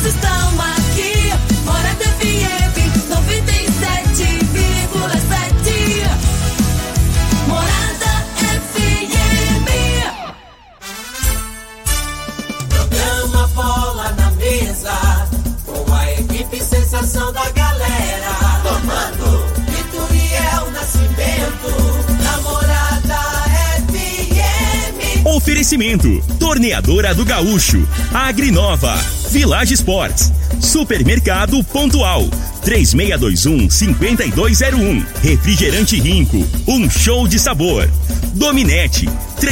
estão aqui. Morada FM 97,7. Morada FM. Programa Bola na Mesa, com a equipe sensação da galera. Comando Vitoriel Nascimento, Namorada FM. Oferecimento: Torneadora do Gaúcho, Agrinova, Village Sports, Supermercado Pontual, 3621-5201, Refrigerante Rinco, um show de sabor. Dominete,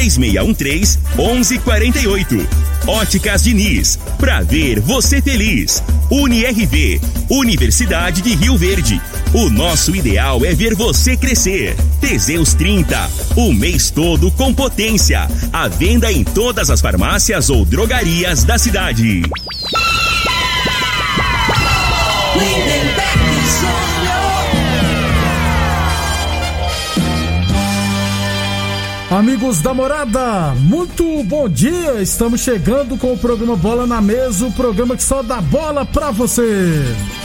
3613-1148. Óticas Diniz, pra ver você feliz. UniRV, Universidade de Rio Verde. O nosso ideal é ver você crescer. Teseus 30, o mês todo com potência. À venda em todas as farmácias ou drogarias da cidade. Amigos da Morada, muito bom dia. Estamos chegando com o programa Bola na Mesa, o programa que só dá bola pra você.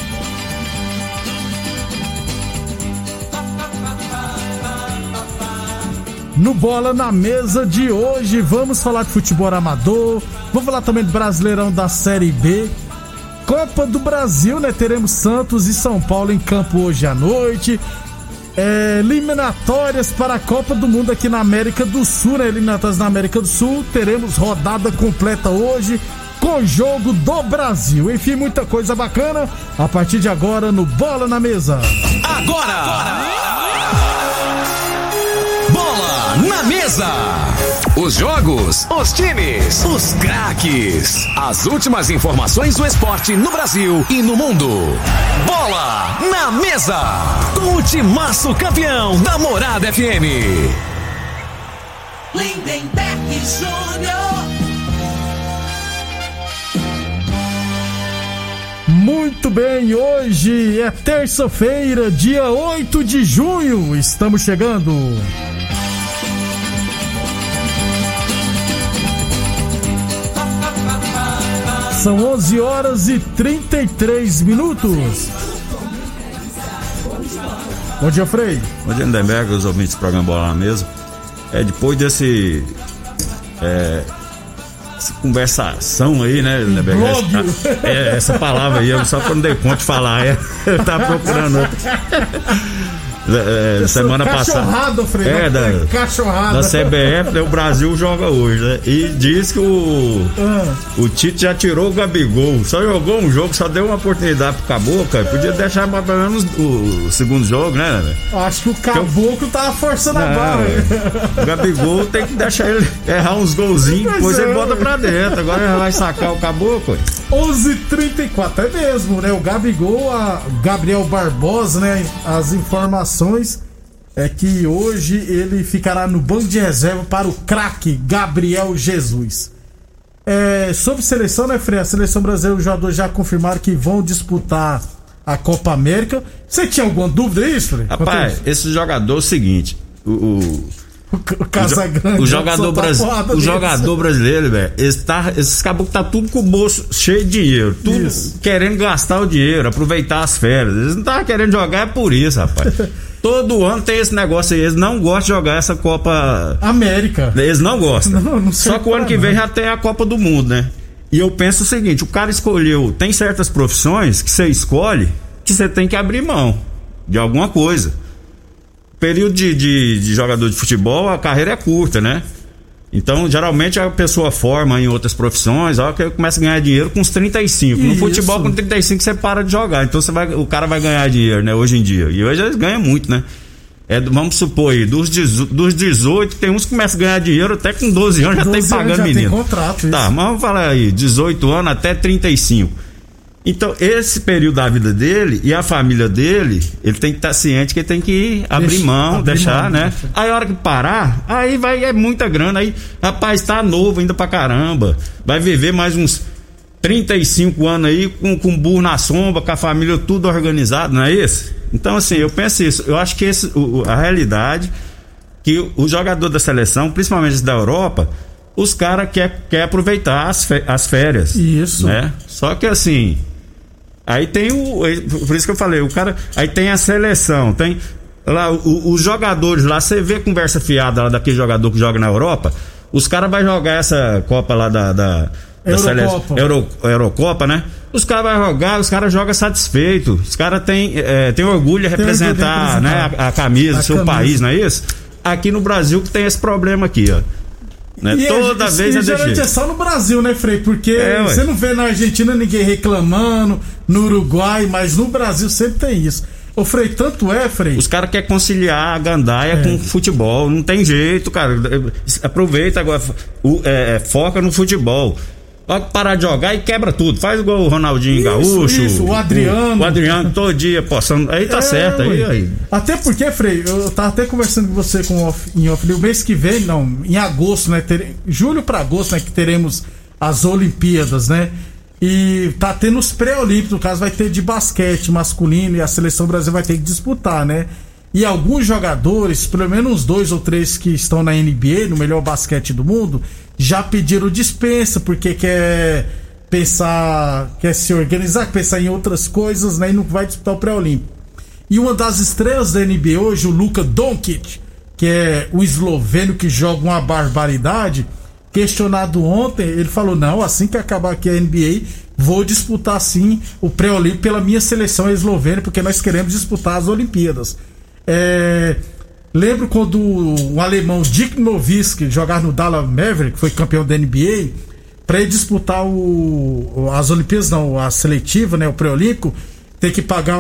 No Bola na Mesa de hoje, vamos falar de futebol amador, vamos falar também do Brasileirão da Série B, Copa do Brasil, né? Teremos Santos e São Paulo em campo hoje à noite. Eliminatórias para a Copa do Mundo aqui na América do Sul, né? Eliminatórias na América do Sul. Teremos rodada completa hoje com jogo do Brasil. Enfim, muita coisa bacana a partir de agora no Bola na Mesa. Agora! Bola na Mesa! Os jogos, os times, os craques. As últimas informações do esporte no Brasil e no mundo. Bola na Mesa. Com o timaço campeão da Morada FM. Lindenberg Júnior. Muito bem, hoje é terça-feira, dia 8 de junho. Estamos chegando. São 11 horas e 33 minutos. Bom dia, Frei. Bom dia, Lindenberg, os ouvintes do programa Bola na Mesa. Depois desse essa conversação aí, né, Lindenberg? Essa palavra aí, eu só que eu não dei conta de falar. Eu tava procurando outra. Semana passada da CBF, né, o Brasil joga hoje, né? E diz que o Tite já tirou o Gabigol, só jogou um jogo, só deu uma oportunidade pro Caboclo, podia deixar pelo menos o segundo jogo, né? Acho que o Caboclo tava forçando a barra. O Gabigol tem que deixar ele errar uns golzinhos, depois ele bota pra dentro. Agora ele vai sacar o Caboclo. 11h34, é mesmo, né? O Gabigol, Gabriel Barbosa, né? As informações é que hoje ele ficará no banco de reserva para o craque Gabriel Jesus. Sobre seleção, né, Frei? A seleção brasileira, os jogadores já confirmaram que vão disputar a Copa América. Você tinha alguma dúvida disso, Frei? Rapaz, esse jogador é o seguinte: o jogador brasileiro, velho, esses caboclos tá tudo com o bolso cheio de dinheiro, tudo querendo gastar o dinheiro, aproveitar as férias. Eles não estavam querendo jogar, é por isso, rapaz. Todo ano tem esse negócio aí, eles não gostam de jogar essa Copa América. Eles não gostam. Não só que o ano que vem já tem a Copa do Mundo, né? E eu penso o seguinte: o cara escolheu, tem certas profissões que você escolhe que você tem que abrir mão de alguma coisa. Período de jogador de futebol, a carreira é curta, né? Então, geralmente a pessoa forma em outras profissões, que começa a ganhar dinheiro com uns 35. No futebol, com 35 você para de jogar. Então o cara vai ganhar dinheiro, né? Hoje em dia. E hoje eles ganham muito, né? Vamos supor aí, dos 18, tem uns que começam a ganhar dinheiro até com 12 anos, já tem pagando menino. Tem contrato, isso. Tá, mas vamos falar aí, 18 anos até 35. Então, esse período da vida dele e a família dele, ele tem que estar ciente que ele tem que abrir mão, né? Aí a hora que parar, aí é muita grana. Aí, rapaz, tá novo ainda pra caramba. Vai viver mais uns 35 anos aí com burro na sombra, com a família tudo organizado, não é isso? Então, assim, eu penso isso. Eu acho que a realidade que o jogador da seleção, principalmente da Europa, os caras quer aproveitar as férias. Isso. Né? Só que assim, aí tem por isso que eu falei, o cara, aí tem a seleção, tem lá os jogadores lá, você vê conversa fiada lá daquele jogador que joga na Europa, os caras vão jogar essa Copa lá da Eurocopa, né? Os caras vão jogar, os caras jogam satisfeito. Os caras têm orgulho de representar, né, a camisa do seu país, não é isso? Aqui no Brasil que tem esse problema aqui, ó. Né? Toda vez geralmente é só no Brasil, né, Frei? Porque você não vê na Argentina ninguém reclamando, no Uruguai, mas no Brasil sempre tem isso. Ô, Frei, tanto é, Frei. Os caras querem conciliar a gandaia com futebol. Não tem jeito, cara. Aproveita agora, foca no futebol. Pode parar de jogar e quebra tudo. Faz igual o Ronaldinho Gaúcho. Isso, o Adriano. O Adriano todo dia postando. Aí tá certo. Aí. Até porque, Frei, eu tava até conversando com você em off. O mês que vem, não, em agosto, né? Julho pra agosto, né? Que teremos as Olimpíadas, né? E tá tendo os pré-olímpicos, no caso vai ter de basquete masculino e a seleção brasileira vai ter que disputar, né? E alguns jogadores, pelo menos uns 2 ou 3 que estão na NBA, no melhor basquete do mundo, já pediram dispensa porque quer se organizar, pensar em outras coisas, né? E não vai disputar o pré-olímpico. E uma das estrelas da NBA hoje, o Luka Doncic, que é o esloveno que joga uma barbaridade, questionado ontem, ele falou: não, assim que acabar aqui a NBA, vou disputar sim o pré-olímpico pela minha seleção eslovena, porque nós queremos disputar as Olimpíadas. Lembro quando o alemão Dirk Nowitzki jogar no Dallas Mavericks, foi campeão da NBA, para ele disputar as Olimpíadas, não, a seletiva, né, o pré-olímpico, tem que pagar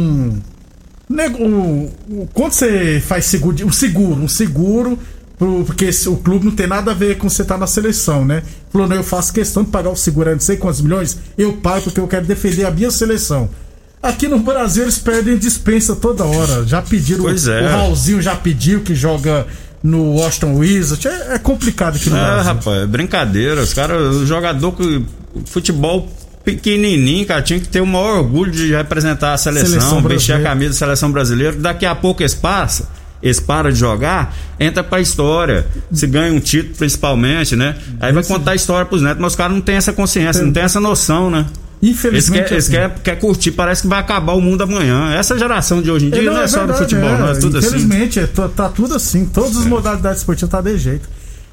quando você faz um seguro, porque o clube não tem nada a ver com você estar na seleção, né? Falou: não, eu faço questão de pagar o seguro, não sei quantos milhões, eu pago porque eu quero defender a minha seleção. Aqui no Brasil eles pedem dispensa toda hora. Já pediram, o Raulzinho já pediu, que joga no Washington Wizards. É complicado aqui no Brasil. Rapaz, é brincadeira. Os caras, o jogador que futebol pequenininho, cara, tinha que ter o maior orgulho de representar a seleção vestir a camisa da seleção brasileira. Daqui a pouco eles param de jogar, entra pra história, se ganha um título principalmente, né? Aí vai contar a história pros netos, mas os caras não tem essa consciência, não tem essa noção, né? Infelizmente eles querem curtir, parece que vai acabar o mundo amanhã. Essa geração de hoje em dia não é só do futebol, não, é tudo infelizmente, assim. Tá tudo assim, todas as modalidades esportivas tá de jeito.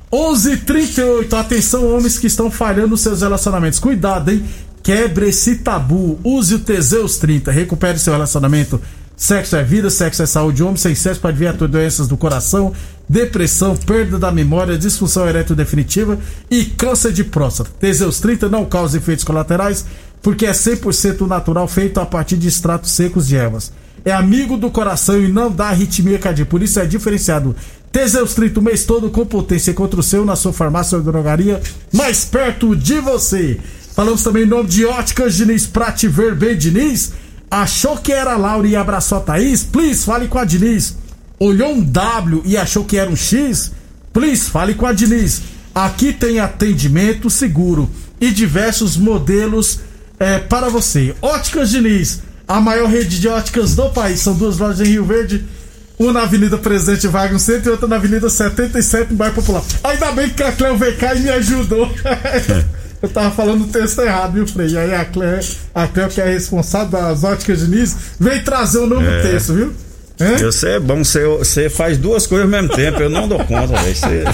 11h38, atenção, homens que estão falhando nos seus relacionamentos, cuidado, hein? Quebre esse tabu, use o Teseus 30, recupere seu relacionamento. Sexo é vida, sexo é saúde. Homem sem sexo pode vir a ter doenças do coração, depressão, perda da memória, disfunção erétil definitiva e câncer de próstata. Teseus 30 não causa efeitos colaterais porque é 100% natural, feito a partir de extratos secos de ervas. É amigo do coração e não dá arritmia cardíaca, por isso é diferenciado. Teseus 30 o mês todo com potência contra o seu na sua farmácia ou drogaria mais perto de você. Falamos também em nome de Óticas Diniz, pra te ver bem, Diniz. Achou que era a Laura e abraçou a Thaís? Please, fale com a Diniz. Olhou um W e achou que era um X? Please, fale com a Diniz. Aqui tem atendimento seguro e diversos modelos para você. Óticas Diniz, a maior rede de óticas do país. São 2 lojas em Rio Verde, uma na Avenida Presidente Vargas Centro e outra na Avenida 77, no bairro Popular. Ainda bem que a Cleo veio cá e me ajudou. Eu tava falando o texto errado, viu, Frei? Aí a Cleo, que é responsável das Óticas Diniz, veio trazer um novo texto, viu? Você é bom, você faz 2 coisas ao mesmo tempo, eu não dou conta, velho.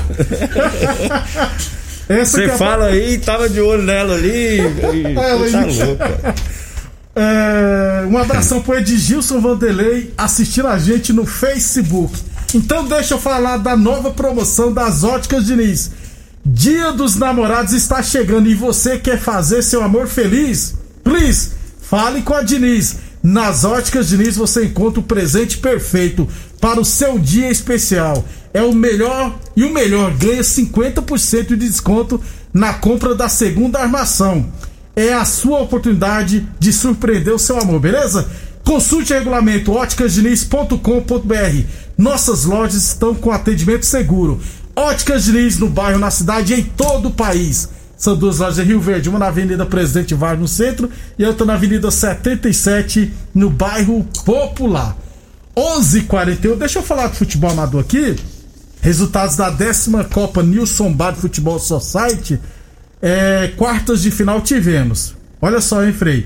Você fala aí, tava de olho nela ali, tá louco. Um abração pro Edgilson Vanderlei assistindo a gente no Facebook. Então deixa eu falar da nova promoção das Óticas Diniz. Dia dos Namorados está chegando e você quer fazer seu amor feliz? Please, fale com a Diniz. Nas Óticas Diniz você encontra o presente perfeito para o seu dia especial. É o melhor, e o melhor, ganha 50% de desconto na compra da segunda armação. É a sua oportunidade de surpreender o seu amor, beleza? Consulte o regulamento óticasdiniz.com.br. Nossas lojas estão com atendimento seguro. Óticas Diniz no bairro, na cidade e em todo o país. São 2 lojas em Rio Verde, uma na Avenida Presidente Vargas no centro e outra na Avenida 77 no bairro Popular. 11h41, deixa eu falar do futebol amador aqui. Resultados da 10ª Copa Nilson Bar Futebol Society. Quartas de final tivemos. Olha só, hein, Frei?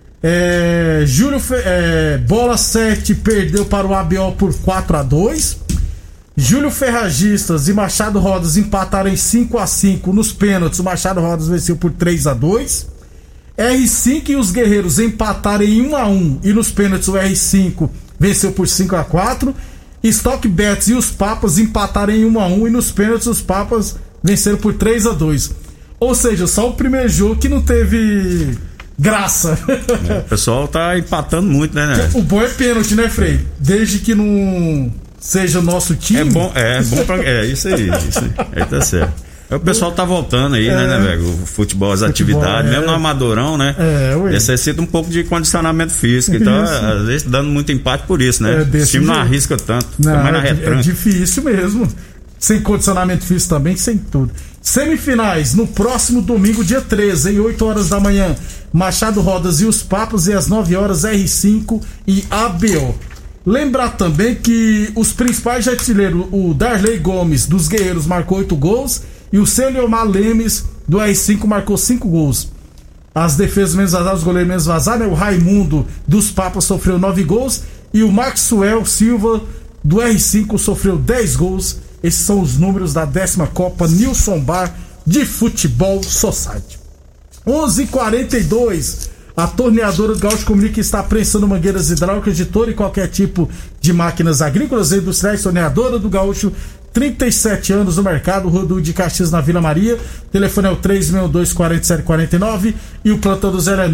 Bola 7 perdeu para o ABO por 4-2. Júlio Ferragistas e Machado Rodas empataram em 5-5 nos pênaltis. O Machado Rodas venceu por 3-2. R5 e os Guerreiros empataram em 1-1 e nos pênaltis o R5 venceu por 5-4. Stock Bets e os Papas empataram em 1-1 e nos pênaltis os Papas venceram por 3-2. Ou seja, só o primeiro jogo que não teve graça. O pessoal tá empatando muito, né? O bom é pênalti, né, Frei? Desde que não seja o nosso time. É bom pra... isso aí. Aí tá certo. O pessoal tá voltando aí, né, velho? O futebol, as atividades, mesmo no amadorão, né? Necessita um pouco de condicionamento físico. Então, às vezes, dando muito empate por isso, né? O time não arrisca tanto. É difícil mesmo. Sem condicionamento físico também, sem tudo. Semifinais, no próximo domingo, dia 13, em 8 horas da manhã, Machado Rodas e os Papas, e às 9 horas, R5 e ABO. Lembrar também que os principais artilheiros, o Darley Gomes dos Guerreiros marcou 8 gols e o Celiomar Lemes do R5 marcou 5 gols. As defesas menos vazadas, os goleiros menos vazados, né? O Raimundo dos Papas sofreu 9 gols e o Maxwell Silva do R5 sofreu 10 gols. Esses são os números da 10ª Copa Nilson Bar de Futebol Society. 11h42. A torneadora do Gaúcho comunica que está prensando mangueiras hidráulicas de todo e qualquer tipo de máquinas agrícolas e industriais. Torneadora do Gaúcho, 37 anos no mercado, Rua de Caxias, na Vila Maria. O telefone é o 362-4749 e o plantão do 0 é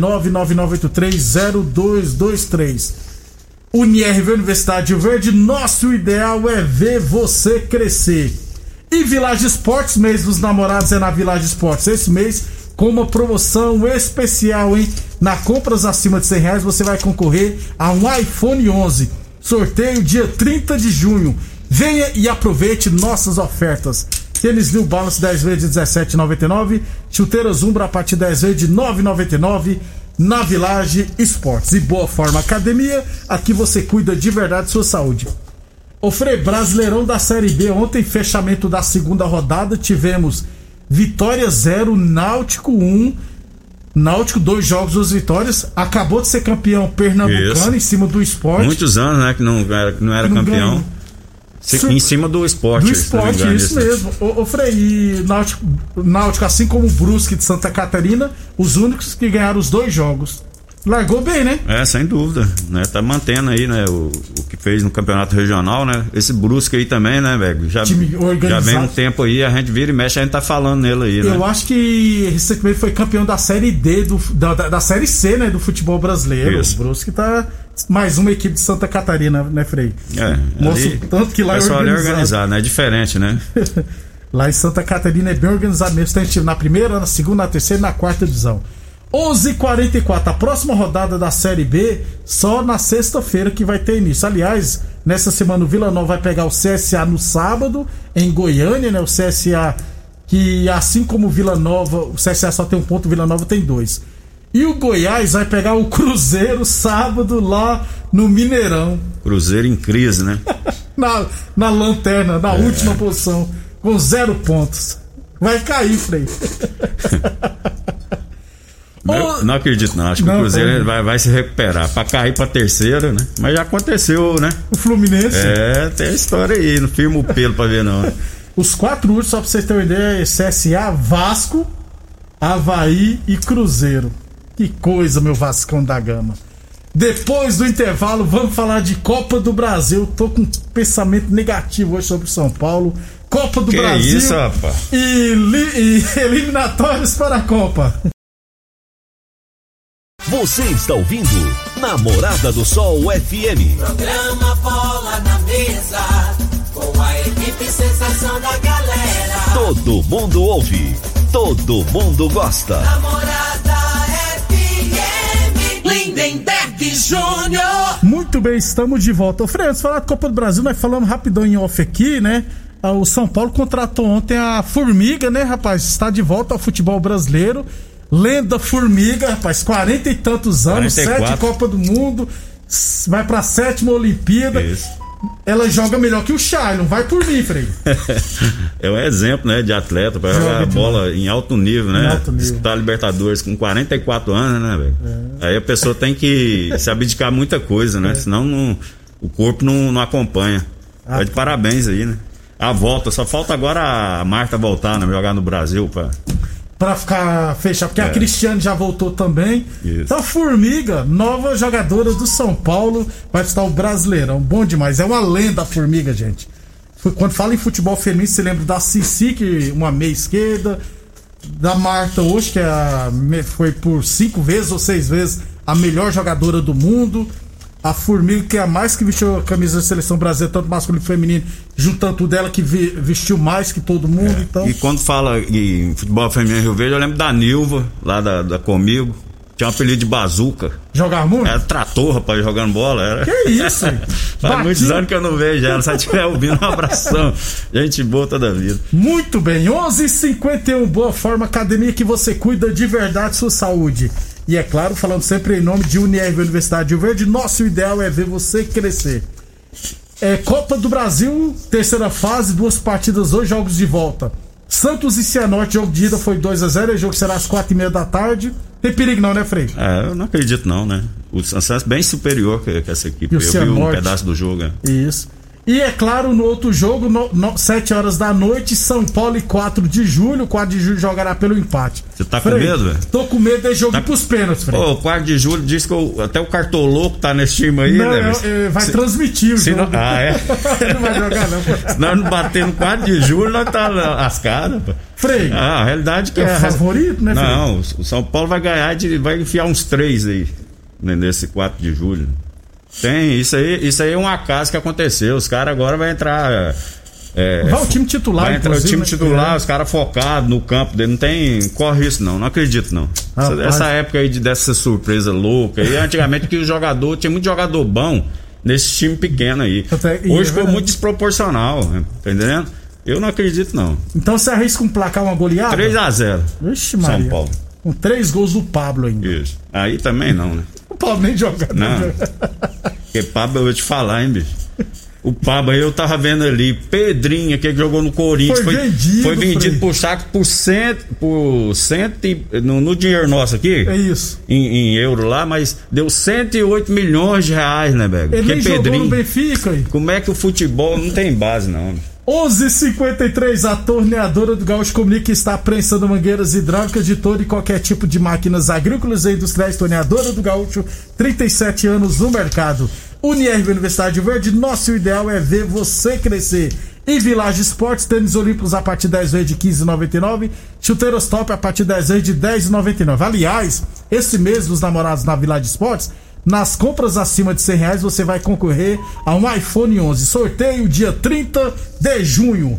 99983-0223. UniRV, Universidade de Rio Verde, nosso ideal é ver você crescer. E Village Esportes, mês dos namorados é na Village Esportes. Esse mês, com uma promoção especial, hein? Na compras acima de R$100 você vai concorrer a um iPhone 11. Sorteio dia 30 de junho. Venha e aproveite nossas ofertas. Tênis New Balance 10 vezes de R$17,99. Chuteiras Umbra a partir de 10 vezes de R$9,99 na Village Esportes. E Boa Forma Academia, aqui você cuida de verdade de sua saúde. O Frei, Brasileirão da Série B, ontem fechamento da segunda rodada, tivemos Vitória 0, Náutico 1. Náutico, 2 jogos, 2 vitórias. Acabou de ser campeão pernambucano. Isso. Em cima do Sport. Muitos anos, né, que não era campeão. Em cima do Sport. Do Sport, isso mesmo. O Frei, e Náutico, assim como o Brusque de Santa Catarina, os únicos que ganharam os 2 jogos. Largou bem, né? Sem dúvida, né? Tá mantendo aí, né, o que fez no campeonato regional, né? Esse Brusque aí também, né, velho? Já vem um tempo aí, a gente vira e mexe, a gente tá falando nele aí, né? Eu acho que recentemente foi campeão da Série D, da Série C, né, do futebol brasileiro. Isso. O Brusque tá mais uma equipe de Santa Catarina, né, Frei? Mostra tanto que lá é organizado, né? É diferente, né? Lá em Santa Catarina é bem organizado mesmo. Tem time na primeira, na segunda, na terceira e na quarta divisão. 11h44, a próxima rodada da Série B só na sexta-feira que vai ter início. Aliás, nessa semana o Vila Nova vai pegar o CSA no sábado em Goiânia, né? O CSA, que assim como o Vila Nova, o CSA só tem 1 ponto, o Vila Nova tem 2. E o Goiás vai pegar o Cruzeiro sábado lá no Mineirão. Cruzeiro em crise, né? na lanterna, na última posição, com 0 pontos. Vai cair, Frei. Não acredito não, acho que o Cruzeiro vai se recuperar pra cair pra terceira, né? Mas já aconteceu, né? O Fluminense? Tem a história aí, não firma o pelo pra ver não. Os 4 últimos, só pra vocês terem uma ideia, é CSA, Vasco, Avaí e Cruzeiro. Que coisa, meu Vascão da Gama. Depois do intervalo, vamos falar de Copa do Brasil. Tô com um pensamento negativo hoje sobre o São Paulo. Copa do Brasil. Isso, rapaz? E eliminatórios para a Copa. Você está ouvindo Namorada do Sol FM. Programa Bola na Mesa, com a equipe sensação da galera. Todo mundo ouve, todo mundo gosta. Namorada FM, Lindenberg Júnior. Muito bem, estamos de volta. Ô Frei, antes de falar da Copa do Brasil, nós falamos rapidão em off aqui, né? O São Paulo contratou ontem a Formiga, né, rapaz? Está de volta ao futebol brasileiro. Lenda Formiga, rapaz, 40 e tantos anos, 7 Copa do Mundo, vai pra 7ª Olimpíada. Isso. ela joga melhor que o Chay, não vai por mim, Frei. É um exemplo, né, de atleta pra jogar a bola em alto nível, né? Em alto nível. Disputar Libertadores com 44 anos, né, velho? Aí a pessoa tem que se abdicar muita coisa, né? Senão o corpo não acompanha. Tá de parabéns aí, né? A volta, só falta agora a Marta voltar, né? Jogar no Brasil Pra ficar fechado, porque a Cristiane já voltou também. Isso. Então, Formiga, nova jogadora do São Paulo, vai estar o Brasileirão. Bom demais, é uma lenda a Formiga, gente. Quando fala em futebol feminino, você lembra da Cici, que uma meia esquerda, da Marta hoje, que foi por 5 vezes ou 6 vezes a melhor jogadora do mundo. A Formiga, que é a mais que vestiu a camisa da seleção brasileira, tanto masculino e feminino, juntando tudo dela, que vestiu mais que todo mundo. Então... E quando fala em futebol feminino em Rio Verde, eu lembro da Nilva, lá da Comigo. Tinha um apelido de Bazuca. Jogava muito? Era trator, rapaz, jogando bola. Era... Que isso, hein? Faz muitos anos que eu não vejo ela. Se ela estiver ouvindo, um abração. Gente boa toda a vida. Muito bem, 11h51, Boa Forma Academia, que você cuida de verdade sua saúde. E é claro, falando sempre em nome de UniRV Universidade de Rio Verde, nosso ideal é ver você crescer. Copa do Brasil, terceira fase, 2 partidas, 2 jogos de volta. Santos e Cianorte, jogo de ida foi 2-0, o jogo será às 4h30 da tarde. Tem perigo não, né, Frei? Eu não acredito não, né? O Santos é bem superior que essa equipe. Eu vi um pedaço do jogo. Isso. E é claro, no outro jogo, 7 horas da noite, São Paulo e 4 de julho. O 4 de julho jogará pelo empate. Você tá com medo, velho? Tô com medo de jogo pros pênaltis, Frei. O 4 de julho diz que até o Cartoloco tá nesse time aí, não, né? Vai transmitir o jogo. Ele não vai jogar, não. Se nós não bater no 4 de julho, nós tá lascado, pô. Frei. A realidade que é favorito, né, Frei? Não, o São Paulo vai ganhar, vai enfiar uns 3 aí, nesse 4 de julho. Tem, isso aí é um acaso que aconteceu. Os caras agora vão entrar. Vai o time titular, vai entrar o time titular, os caras focados no campo dele. Não tem. Corre isso, não acredito, não. Essa época aí dessa surpresa louca aí, antigamente que tinha muito jogador bom nesse time pequeno aí. Hoje foi muito desproporcional, tá entendendo? Eu não acredito, não. Então você arrisca um placar, uma goleada? 3-0. Vixe, Maria. São Paulo. Com 3 gols do Pablo ainda. Isso. Aí também não, né? O Pablo nem joga. Não. Porque Pablo, eu vou te falar, hein, bicho. O Pablo aí eu tava vendo ali, Pedrinho, que jogou no Corinthians, foi vendido pro saco por 100 no dinheiro nosso aqui. É isso. Em euro lá, mas deu 108 milhões de reais, né, velho? Ele nem jogou no Benfica aí. Como é que o futebol não tem base, não? 11h53, a torneadora do Gaúcho comunica que está prensando mangueiras hidráulicas de todo e qualquer tipo de máquinas agrícolas e industriais. Torneadora do Gaúcho, 37 anos no mercado. UniRV Universidade Verde, nosso ideal é ver você crescer. E Village Esportes, tênis olímpicos a partir de 10 vezes de R$15,99, chuteiros top a partir de 10 vezes de R$10,99. Aliás, esse mês dos namorados na Village Esportes, nas compras acima de R$100 você vai concorrer a um iPhone 11. Sorteio dia 30 de junho.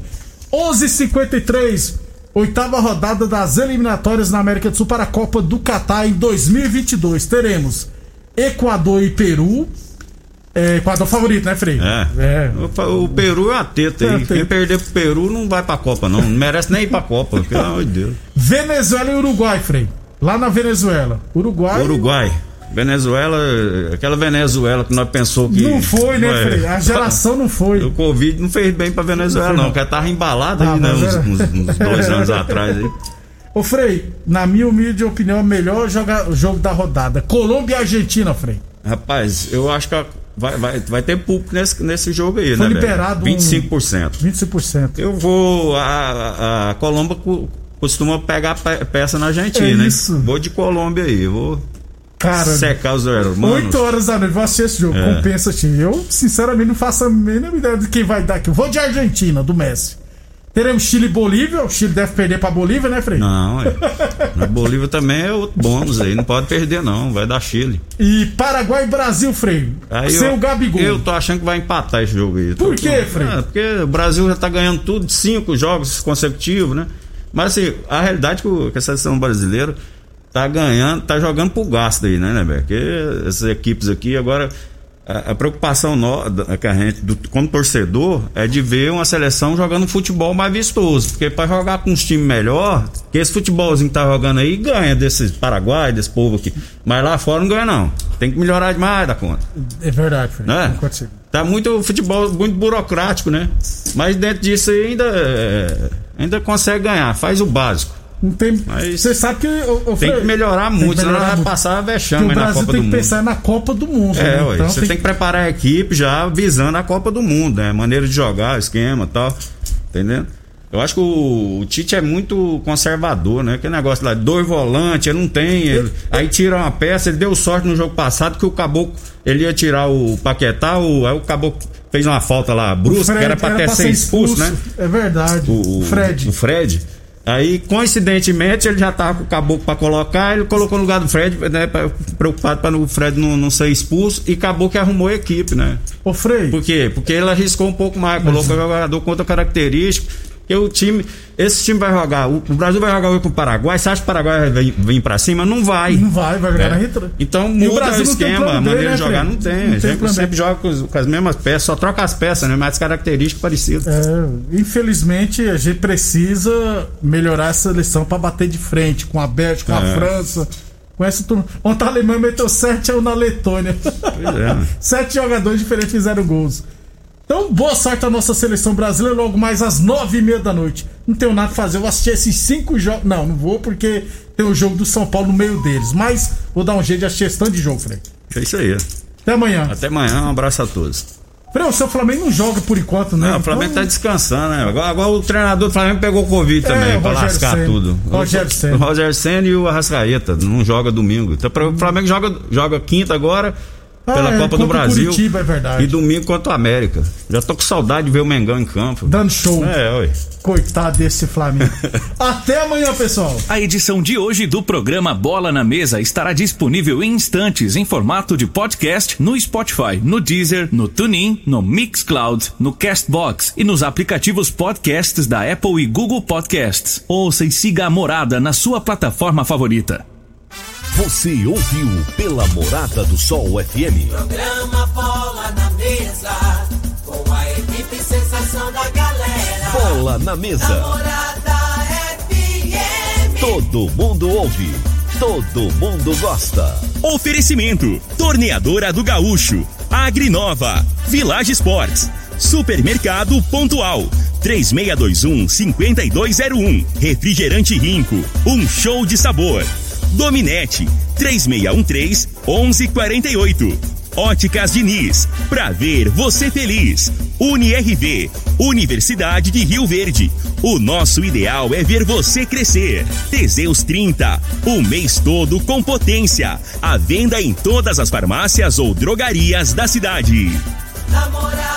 11h53, 8ª rodada das eliminatórias na América do Sul para a Copa do Catar em 2022. Teremos Equador e Peru. Equador favorito, né, Frei? O Peru é uma teta aí. Quem perder pro Peru não vai pra Copa, não. Não merece nem ir pra Copa, pelo amor de Deus. Venezuela e Uruguai, Frei. Lá na Venezuela. Uruguai. Venezuela, aquela Venezuela que nós pensou que... Não foi, né, Frei? A geração não foi. O Covid não fez bem pra Venezuela, não. Porque ela tava embalada aí, né? Uns 2 anos atrás aí. Ô, Frei, na minha humilde opinião, o melhor jogo da rodada. Colômbia e Argentina, Frei. Rapaz, eu acho que vai ter público nesse jogo aí, foi né, liberado 25%. 25%. Eu vou... A Colômbia costuma pegar peça na Argentina, né? Isso. Vou de Colômbia aí, vou... Cara, secar os hermanos. 8 horas da noite, vou assistir esse jogo. Compensa, time. Eu, sinceramente, não faço a mínima ideia de quem vai dar aqui. Eu vou de Argentina, do Messi. Teremos Chile e Bolívia. O Chile deve perder pra Bolívia, né, Frei? Não, Na Bolívia também é outro bônus aí. Não pode perder, não. Vai dar Chile. E Paraguai e Brasil, Frei. Sem o Gabigol. Eu tô achando que vai empatar esse jogo aí. Por quê, Frei? Porque o Brasil já tá ganhando tudo de 5 jogos consecutivos, né? Mas assim, a realidade é que a seleção brasileira tá jogando pro gasto aí, né, velho? Porque essas equipes aqui agora A preocupação que a gente, como torcedor, é de ver uma seleção jogando futebol mais vistoso. Porque para jogar com uns times melhor, que esse futebolzinho que tá jogando aí ganha desses Paraguai, desse povo aqui. Mas lá fora não ganha, não. Tem que melhorar demais da conta. É verdade, Fred. Né? Tá muito futebol, muito burocrático, né? Mas dentro disso aí ainda consegue ganhar, faz o básico. Não tem. Você sabe que tem que melhorar muito, senão vai passar vexame na Copa do Mundo. O Brasil tem que pensar na Copa do Mundo. Então, você tem que preparar a equipe já visando a Copa do Mundo, né? Maneira de jogar, esquema e tal. Entendendo? Eu acho que o Tite é muito conservador, né? Aquele negócio lá, 2 volantes, ele não tem. Aí tira uma peça, ele deu sorte no jogo passado que o Caboclo, ele ia tirar o Paquetá, aí o Caboclo fez uma falta lá brusca, que era pra ter ser expulso, né? É verdade. O Fred. Aí, coincidentemente, ele já tava com o Caboclo pra colocar, ele colocou no lugar do Fred, né, preocupado para o Fred não ser expulso, e acabou que arrumou a equipe, né? Ô, Frei. Por quê? Porque ele arriscou um pouco mais, colocou o jogador com outra característica, que esse time vai jogar, o Brasil vai jogar hoje com o Paraguai, você acha que o Paraguai vai vir pra cima? Não vai. Não vai jogar na retro. Então muda o esquema, a maneira de jogar não tem. A gente sempre joga com as mesmas peças, só troca as peças, né? Mas características parecidas. Infelizmente a gente precisa melhorar essa seleção pra bater de frente com a Bélgica, com a França. Com essa turma. Ontem a Alemanha meteu 7-1 na Letônia. Pois é. 7 jogadores diferentes fizeram gols. Então, boa sorte à nossa seleção brasileira. Logo mais às 9h30 da noite. Não tenho nada a fazer, eu vou assistir esses 5 jogos. Não vou porque tem o jogo do São Paulo no meio deles. Mas vou dar um jeito de assistir esse tanto de jogo, Frei. É isso aí. Até amanhã. Até amanhã, um abraço a todos. Frei, o seu Flamengo não joga por enquanto, né? Não, o Flamengo tá descansando, né? Agora o treinador do Flamengo pegou Covid também, pra lascar tudo. O Rogério Ceni e o Arrascaeta não joga domingo. Então o Flamengo joga quinta agora. Pela Copa do Brasil. Curitiba, é verdade. E domingo contra o América. Já tô com saudade de ver o Mengão em campo. Dando show. Ué. Coitado desse Flamengo. Até amanhã, pessoal. A edição de hoje do programa Bola na Mesa estará disponível em instantes em formato de podcast no Spotify, no Deezer, no TuneIn, no Mixcloud, no Castbox e nos aplicativos podcasts da Apple e Google Podcasts. Ouça e siga a Morada na sua plataforma favorita. Você ouviu pela Morada do Sol FM. Programa Bola na Mesa, com a equipe sensação da galera. Bola na Mesa. Morada FM. Todo mundo ouve, todo mundo gosta. Oferecimento: Torneadora do Gaúcho, Agrinova, Village Sports, Supermercado Pontual, 3621-5201, Refrigerante Rinco, um show de sabor. Dominete, 3613-1148. Óticas Diniz, pra ver você feliz. UniRV, Universidade de Rio Verde. O nosso ideal é ver você crescer. Teseus 30, o mês todo com potência. À venda em todas as farmácias ou drogarias da cidade. Namorada.